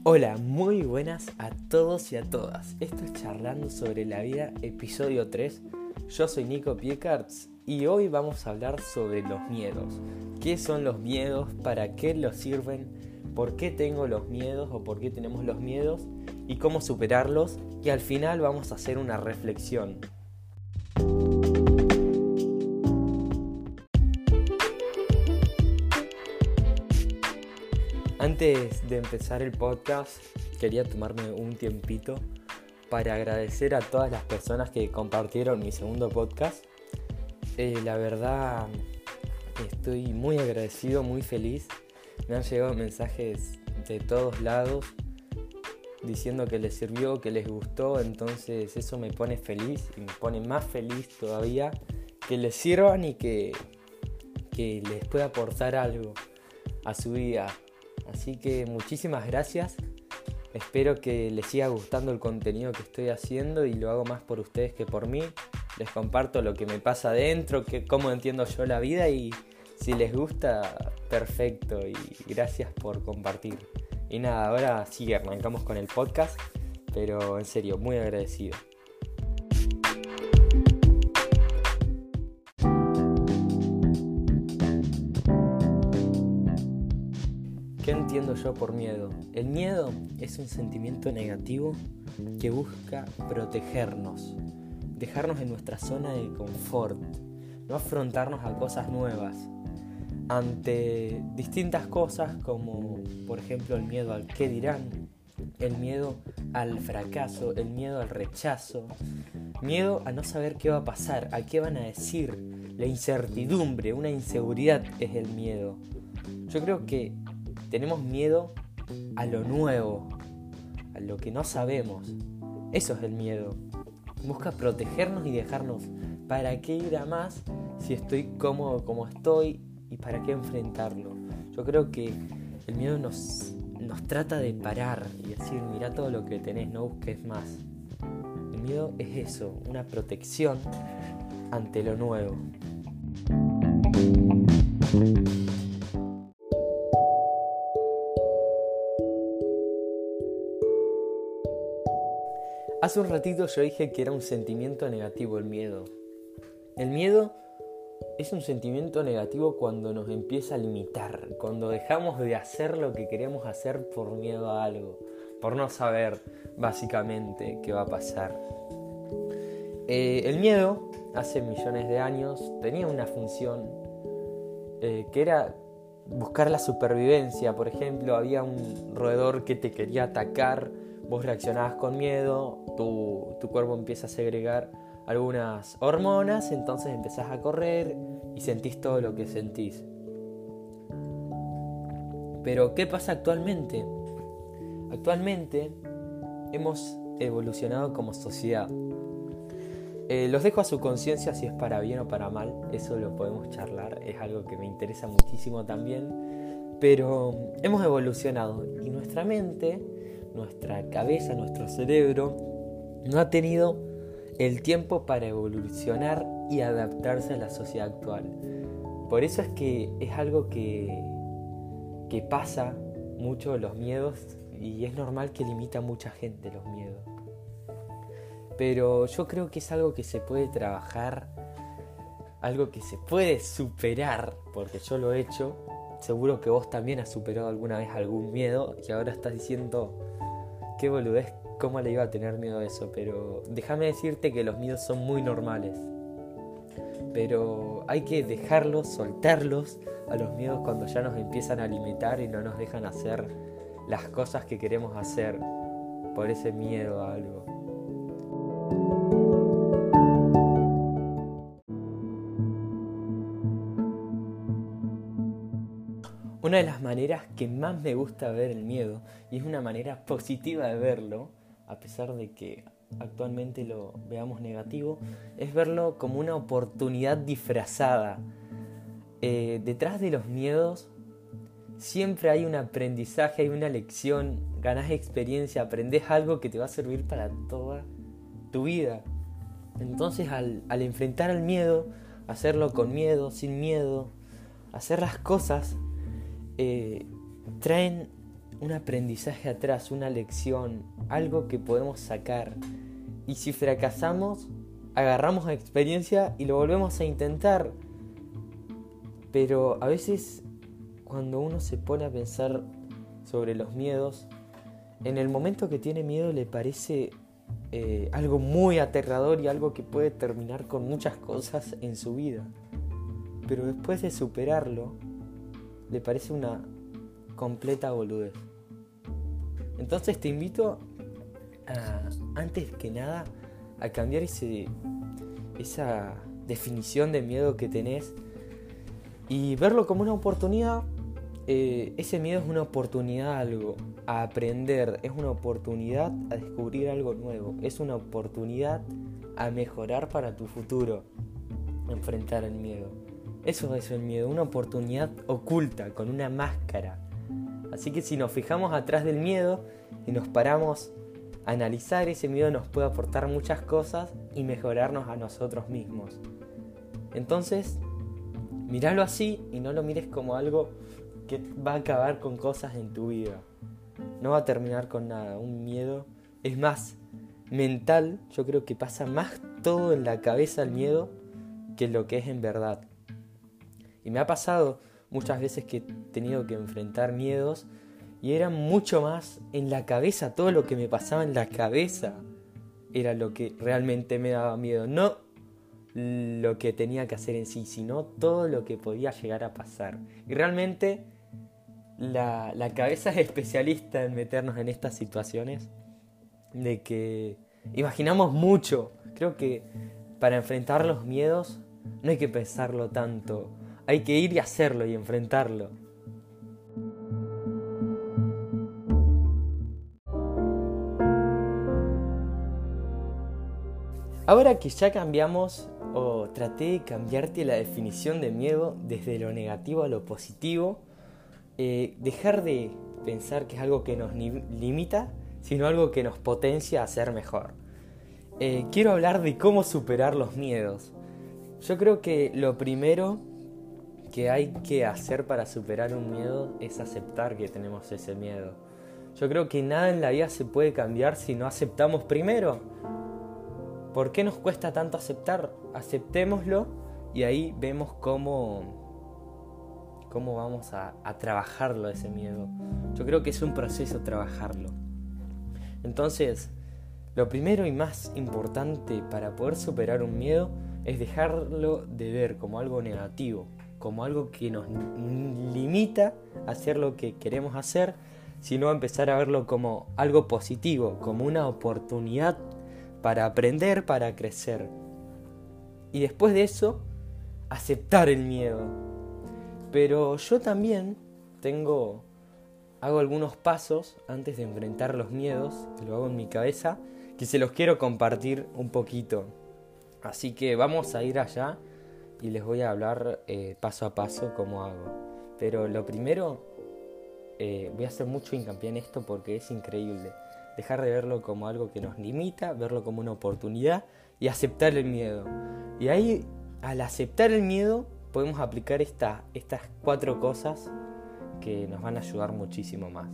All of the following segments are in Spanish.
Hola, muy buenas a todos y a todas. Esto es Charlando sobre la vida, episodio 3. Yo soy Nico Piecards y hoy vamos a hablar sobre los miedos. ¿Qué son los miedos? ¿Para qué los sirven? ¿Por qué tengo los miedos o por qué tenemos los miedos? ¿Y cómo superarlos? Y al final vamos a hacer una reflexión. Antes de empezar el podcast, quería tomarme un tiempito para agradecer a todas las personas que compartieron mi segundo podcast. La verdad, estoy muy agradecido, muy feliz. Me han llegado mensajes de todos lados diciendo que les sirvió, que les gustó. Entonces eso me pone feliz y me pone más feliz todavía que les sirvan y que les pueda aportar algo a su vida. Así que muchísimas gracias, espero que les siga gustando el contenido que estoy haciendo y lo hago más por ustedes que por mí. Les comparto lo que me pasa adentro, cómo entiendo yo la vida y si les gusta, perfecto y gracias por compartir. Y nada, ahora sí arrancamos con el podcast, pero en serio, muy agradecido. ¿Qué entiendo yo por miedo? El miedo es un sentimiento negativo que busca protegernos, dejarnos en nuestra zona de confort, no afrontarnos a cosas nuevas, ante distintas cosas como por ejemplo el miedo al qué dirán, el miedo al fracaso, el miedo al rechazo, miedo a no saber qué va a pasar, a qué van a decir, la incertidumbre, una inseguridad es el miedo. Yo creo que tenemos miedo a lo nuevo, a lo que no sabemos. Eso es el miedo. Busca protegernos y dejarnos. ¿Para qué ir a más si estoy cómodo como estoy? ¿Y para qué enfrentarlo? Yo creo que el miedo nos trata de parar y decir, mirá todo lo que tenés, no busques más. El miedo es eso, una protección ante lo nuevo. Hace un ratito yo dije que era un sentimiento negativo el miedo. El miedo es un sentimiento negativo cuando nos empieza a limitar, cuando dejamos de hacer lo que queremos hacer por miedo a algo, por no saber básicamente qué va a pasar. El miedo, hace millones de años, tenía una función que era buscar la supervivencia. Por ejemplo, había un roedor que te quería atacar. Vos reaccionabas con miedo, tu cuerpo empieza a segregar algunas hormonas, entonces empezás a correr y sentís todo lo que sentís. Pero ¿qué pasa actualmente? Actualmente hemos evolucionado como sociedad. Los dejo a su conciencia si es para bien o para mal, eso lo podemos charlar, es algo que me interesa muchísimo también. Pero hemos evolucionado y nuestra mente, nuestra cabeza, nuestro cerebro no ha tenido el tiempo para evolucionar y adaptarse a la sociedad actual. Por eso es que es algo que pasa mucho los miedos y es normal que limita a mucha gente los miedos. Pero yo creo que es algo que se puede trabajar, algo que se puede superar, porque yo lo he hecho. Seguro que vos también has superado alguna vez algún miedo y ahora estás diciendo qué boludez, cómo le iba a tener miedo a eso. Pero déjame decirte que los miedos son muy normales. Pero hay que dejarlos, soltarlos a los miedos cuando ya nos empiezan a limitar y no nos dejan hacer las cosas que queremos hacer por ese miedo a algo. Una de las maneras que más me gusta ver el miedo, y es una manera positiva de verlo, a pesar de que actualmente lo veamos negativo, es verlo como una oportunidad disfrazada. Detrás de los miedos siempre hay un aprendizaje, hay una lección, ganás experiencia, aprendés algo que te va a servir para toda tu vida. Entonces al enfrentar al miedo, hacerlo con miedo, sin miedo, hacer las cosas traen un aprendizaje atrás, una lección, algo que podemos sacar. Y si fracasamos, agarramos la experiencia y lo volvemos a intentar. Pero a veces cuando uno se pone a pensar sobre los miedos, en el momento que tiene miedo le parece algo muy aterrador y algo que puede terminar con muchas cosas en su vida. Pero después de superarlo, le parece una completa boludez. Entonces te invito antes que nada, a cambiar esa definición de miedo que tenés y verlo como una oportunidad. Ese miedo es una oportunidad a algo, a aprender, es una oportunidad a descubrir algo nuevo, es una oportunidad a mejorar para tu futuro, enfrentar el miedo. Eso es el miedo, una oportunidad oculta, con una máscara. Así que si nos fijamos atrás del miedo y nos paramos a analizar, ese miedo nos puede aportar muchas cosas y mejorarnos a nosotros mismos. Entonces, míralo así y no lo mires como algo que va a acabar con cosas en tu vida. No va a terminar con nada. Un miedo es más mental. Yo creo que pasa más todo en la cabeza el miedo que lo que es en verdad. Y me ha pasado muchas veces que he tenido que enfrentar miedos y era mucho más en la cabeza. Todo lo que me pasaba en la cabeza era lo que realmente me daba miedo. No lo que tenía que hacer en sí, sino todo lo que podía llegar a pasar. Y realmente la cabeza es especialista en meternos en estas situaciones de que imaginamos mucho. Creo que para enfrentar los miedos no hay que pensarlo tanto. Hay que ir y hacerlo y enfrentarlo. Ahora que ya cambiamos, o traté de cambiarte la definición de miedo desde lo negativo a lo positivo, dejar de pensar que es algo que nos limita, sino algo que nos potencia a ser mejor. Quiero hablar de cómo superar los miedos. Yo creo que lo primero que hay que hacer para superar un miedo es aceptar que tenemos ese miedo. Yo creo que nada en la vida se puede cambiar si no aceptamos primero. ¿Por qué nos cuesta tanto aceptar? Aceptémoslo y ahí vemos cómo vamos a trabajarlo ese miedo. Yo creo que es un proceso trabajarlo. Entonces, lo primero y más importante para poder superar un miedo es dejarlo de ver como algo negativo, como algo que nos limita a hacer lo que queremos hacer, sino empezar a verlo como algo positivo, como una oportunidad para aprender, para crecer. Y después de eso, aceptar el miedo. Pero yo también hago algunos pasos antes de enfrentar los miedos, que lo hago en mi cabeza, que se los quiero compartir un poquito. Así que vamos a ir allá y les voy a hablar paso a paso cómo hago. Pero lo primero, voy a hacer mucho hincapié en esto porque es increíble. Dejar de verlo como algo que nos limita, verlo como una oportunidad y aceptar el miedo. Y ahí, al aceptar el miedo, podemos aplicar estas 4 cosas que nos van a ayudar muchísimo más.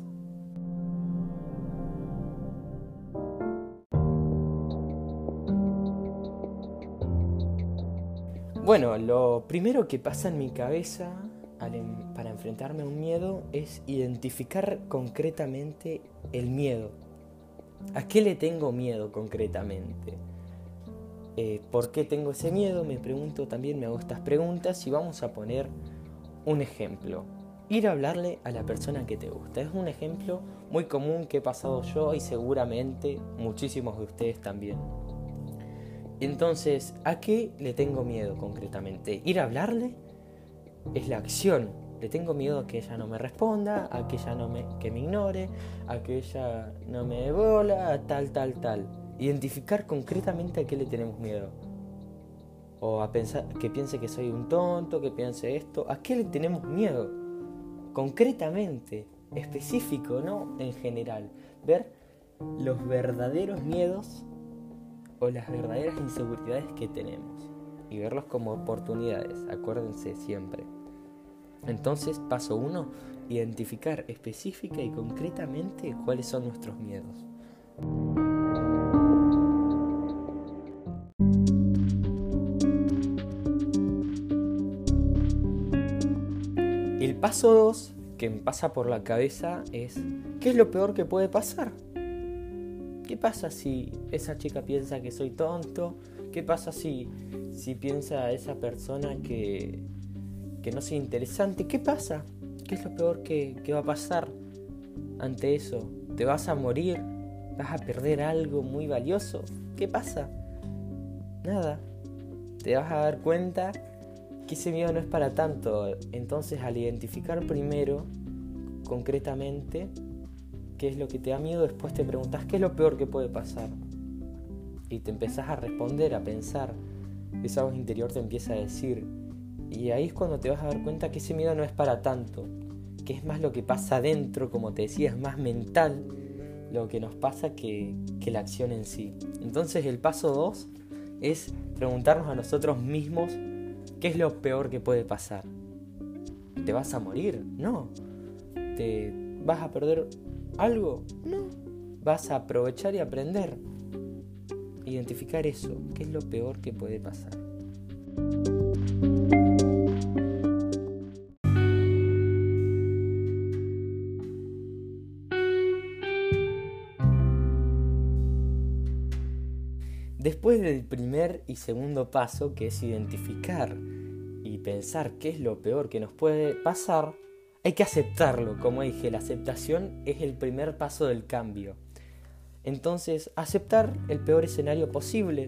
Bueno, lo primero que pasa en mi cabeza para enfrentarme a un miedo es identificar concretamente el miedo. ¿A qué le tengo miedo concretamente? ¿Por qué tengo ese miedo? Me pregunto también, me hago estas preguntas y vamos a poner un ejemplo. Ir a hablarle a la persona que te gusta. Es un ejemplo muy común que he pasado yo y seguramente muchísimos de ustedes también. Entonces, ¿a qué le tengo miedo concretamente? Ir a hablarle es la acción. Le tengo miedo a que ella no me responda, a que ella que me ignore, a que ella no me dé bola, a tal. Identificar concretamente a qué le tenemos miedo. O a pensar que piense que soy un tonto, que piense esto. ¿A qué le tenemos miedo? Concretamente, específico, no en general. Ver los verdaderos miedos o las verdaderas inseguridades que tenemos. Y verlos como oportunidades, acuérdense siempre. Entonces, paso 1, identificar específica y concretamente cuáles son nuestros miedos. El paso 2 que me pasa por la cabeza es: ¿qué es lo peor que puede pasar? ¿Qué pasa si esa chica piensa que soy tonto? ¿Qué pasa si piensa esa persona que no soy interesante? ¿Qué pasa? ¿Qué es lo peor que va a pasar ante eso? ¿Te vas a morir? ¿Vas a perder algo muy valioso? ¿Qué pasa? Nada. Te vas a dar cuenta que ese miedo no es para tanto. Entonces, al identificar primero, concretamente, qué es lo que te da miedo, después te preguntas qué es lo peor que puede pasar. Y te empezás a responder, a pensar. Esa voz interior te empieza a decir. Y ahí es cuando te vas a dar cuenta que ese miedo no es para tanto. Que es más lo que pasa adentro, como te decía, es más mental lo que nos pasa que la acción en sí. Entonces el paso 2 es preguntarnos a nosotros mismos qué es lo peor que puede pasar. ¿Te vas a morir? No. ¿Te vas a perder algo? No. ¿Vas a aprovechar y aprender? Identificar eso, qué es lo peor que puede pasar. Después del primer y segundo paso, que es identificar y pensar qué es lo peor que nos puede pasar, hay que aceptarlo. Como dije, la aceptación es el primer paso del cambio. Entonces, aceptar el peor escenario posible.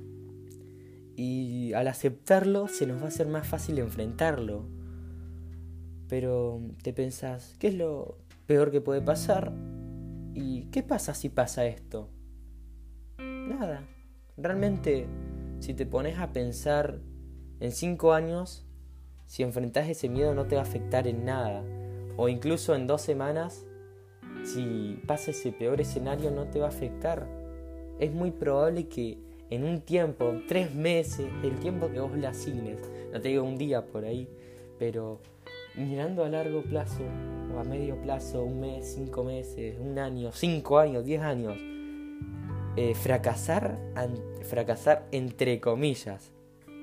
Y al aceptarlo, se nos va a hacer más fácil enfrentarlo. Pero te pensás, ¿qué es lo peor que puede pasar? ¿Y qué pasa si pasa esto? Nada. Realmente, si te pones a pensar en 5 años, si enfrentás ese miedo no te va a afectar en nada. O incluso en 2 semanas, si pasa ese peor escenario no te va a afectar. Es muy probable que en un tiempo, 3 meses, el tiempo que vos le asignes, no te digo un día por ahí, pero mirando a largo plazo o a medio plazo, 1 mes, 5 meses, 1 año, 5 años, 10 años, fracasar entre comillas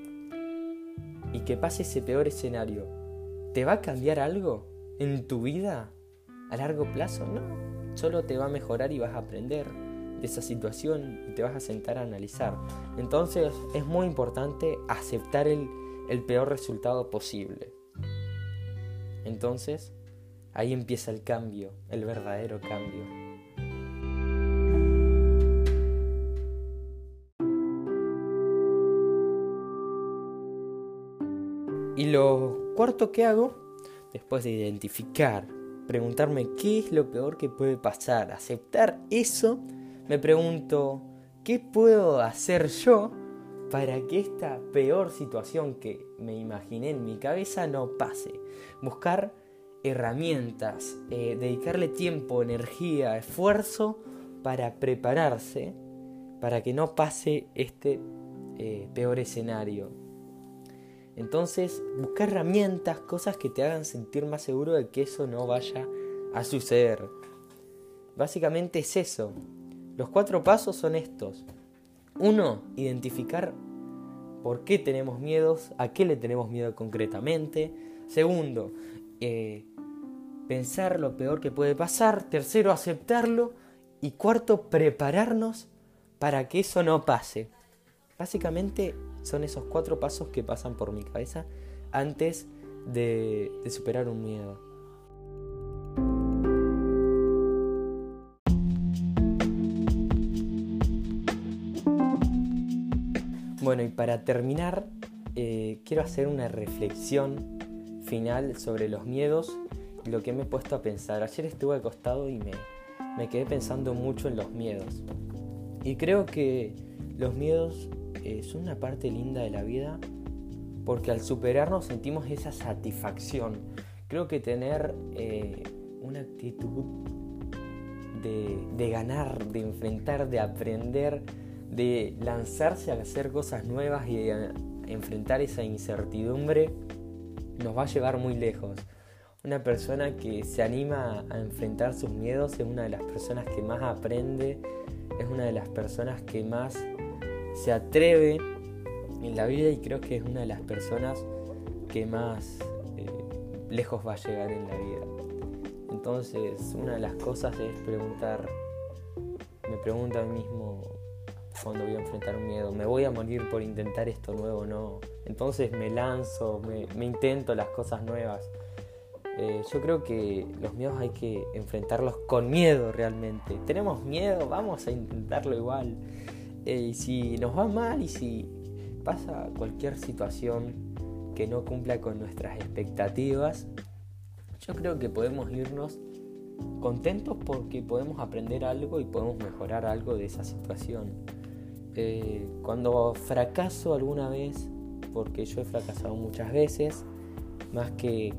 y que pase ese peor escenario, ¿te va a cambiar algo en tu vida a largo plazo? No, solo te va a mejorar y vas a aprender de esa situación y te vas a sentar a analizar. Entonces es muy importante aceptar el peor resultado posible. Entonces ahí empieza el cambio, el verdadero cambio. Y lo cuarto que hago, después de identificar, preguntarme qué es lo peor que puede pasar, aceptar eso, me pregunto, ¿qué puedo hacer yo para que esta peor situación que me imaginé en mi cabeza no pase? Buscar herramientas, dedicarle tiempo, energía, esfuerzo para prepararse, para que no pase este peor escenario. Entonces, buscar herramientas, cosas que te hagan sentir más seguro de que eso no vaya a suceder. Básicamente es eso. Los 4 pasos son estos. 1. Identificar por qué tenemos miedos, a qué le tenemos miedo concretamente. 2. Pensar lo peor que puede pasar. 3. Aceptarlo. Y 4. Prepararnos para que eso no pase. Básicamente son esos 4 pasos que pasan por mi cabeza antes de superar un miedo. Bueno, y para terminar, quiero hacer una reflexión final sobre los miedos y lo que me he puesto a pensar. Ayer estuve acostado y me quedé pensando mucho en los miedos. Y creo que los miedos son una parte linda de la vida porque al superarnos sentimos esa satisfacción. Creo que tener una actitud de ganar, de enfrentar, de aprender, de lanzarse a hacer cosas nuevas y de enfrentar esa incertidumbre nos va a llevar muy lejos. Una persona que se anima a enfrentar sus miedos es una de las personas que más aprende, es una de las personas que más se atreve en la vida, y creo que es una de las personas que más lejos va a llegar en la vida. Entonces, una de las cosas es me pregunto a mí mismo cuando voy a enfrentar un miedo: ¿me voy a morir por intentar esto nuevo o no? Entonces me lanzo, me intento las cosas nuevas. Yo creo que los miedos hay que enfrentarlos con miedo realmente. ¿Tenemos miedo? Vamos a intentarlo igual. Y si nos va mal y si pasa cualquier situación que no cumpla con nuestras expectativas, yo creo que podemos irnos contentos porque podemos aprender algo y podemos mejorar algo de esa situación. Cuando fracaso alguna vez, porque yo he fracasado muchas veces, más que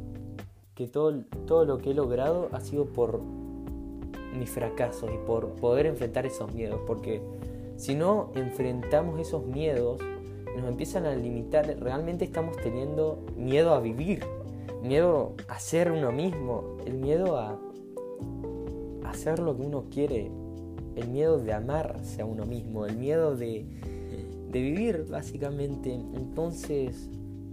todo lo que he logrado ha sido por mis fracasos y por poder enfrentar esos miedos, porque si no enfrentamos esos miedos y nos empiezan a limitar, realmente estamos teniendo miedo a vivir, miedo a ser uno mismo, el miedo a hacer lo que uno quiere, el miedo de amarse a uno mismo, el miedo de vivir básicamente. Entonces,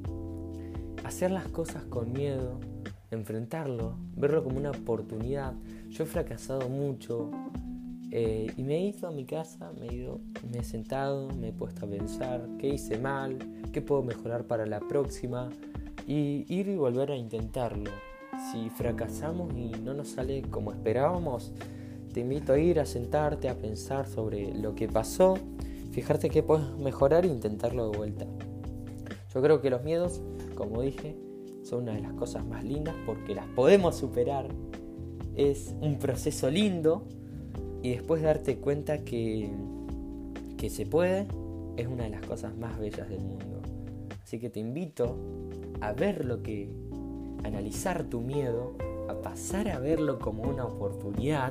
hacer las cosas con miedo, enfrentarlo, verlo como una oportunidad. Yo he fracasado mucho y me he ido a mi casa, me he sentado, me he puesto a pensar qué hice mal, qué puedo mejorar para la próxima, y ir y volver a intentarlo. Si fracasamos y no nos sale como esperábamos, te invito a ir a sentarte, a pensar sobre lo que pasó, fijarte qué puedes mejorar e intentarlo de vuelta. Yo creo que los miedos, como dije, son una de las cosas más lindas porque las podemos superar. Es un proceso lindo, y después darte cuenta que se puede, es una de las cosas más bellas del mundo. Así que te invito a analizar tu miedo, a pasar a verlo como una oportunidad,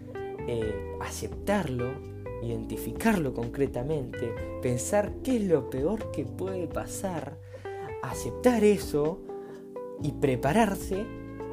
aceptarlo, identificarlo concretamente, pensar qué es lo peor que puede pasar, aceptar eso y prepararse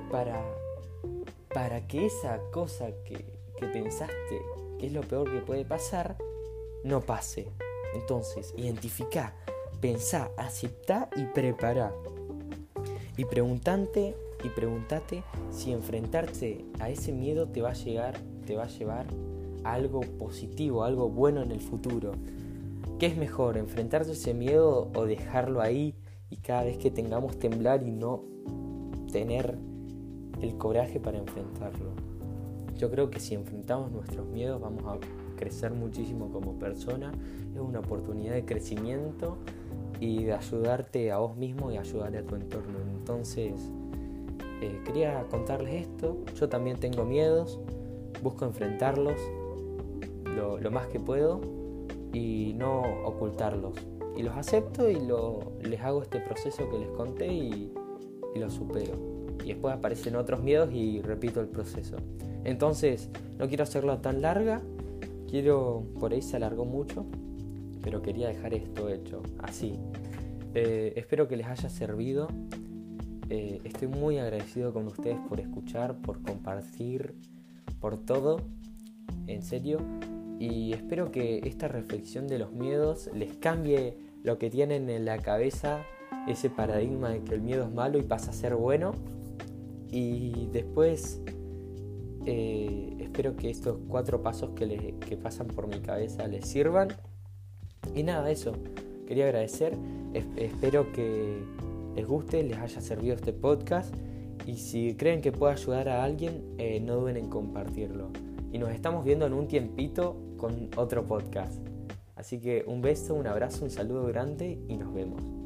para que esa cosa que pensaste que es lo peor que puede pasar no pase. Entonces, identificá, pensá, aceptá y prepará. Y preguntate si enfrentarse a ese miedo te va a llevar a algo positivo, a algo bueno en el futuro. ¿Qué es mejor, enfrentarse a ese miedo o dejarlo ahí y cada vez que tengamos temblar y no tener el coraje para enfrentarlo? Yo creo que si enfrentamos nuestros miedos vamos a crecer muchísimo como persona. Es una oportunidad de crecimiento y de ayudarte a vos mismo y ayudar a tu entorno. Entonces, quería contarles esto. Yo también tengo miedos, busco enfrentarlos lo más que puedo y no ocultarlos. Y los acepto y les hago este proceso que les conté y lo supero. Y después aparecen otros miedos y repito el proceso. Entonces, no quiero hacerlo tan larga. Por ahí se alargó mucho, pero quería dejar esto hecho así. Espero que les haya servido. Estoy muy agradecido con ustedes por escuchar, por compartir, por todo, en serio. Y espero que esta reflexión de los miedos les cambie lo que tienen en la cabeza, ese paradigma de que el miedo es malo y pasa a ser bueno. Y después espero que estos 4 pasos que pasan por mi cabeza les sirvan. Y nada, eso. Quería agradecer. Espero que les guste, les haya servido este podcast. Y si creen que puede ayudar a alguien, no duden en compartirlo. Y nos estamos viendo en un tiempito con otro podcast. Así que un beso, un abrazo, un saludo grande y nos vemos.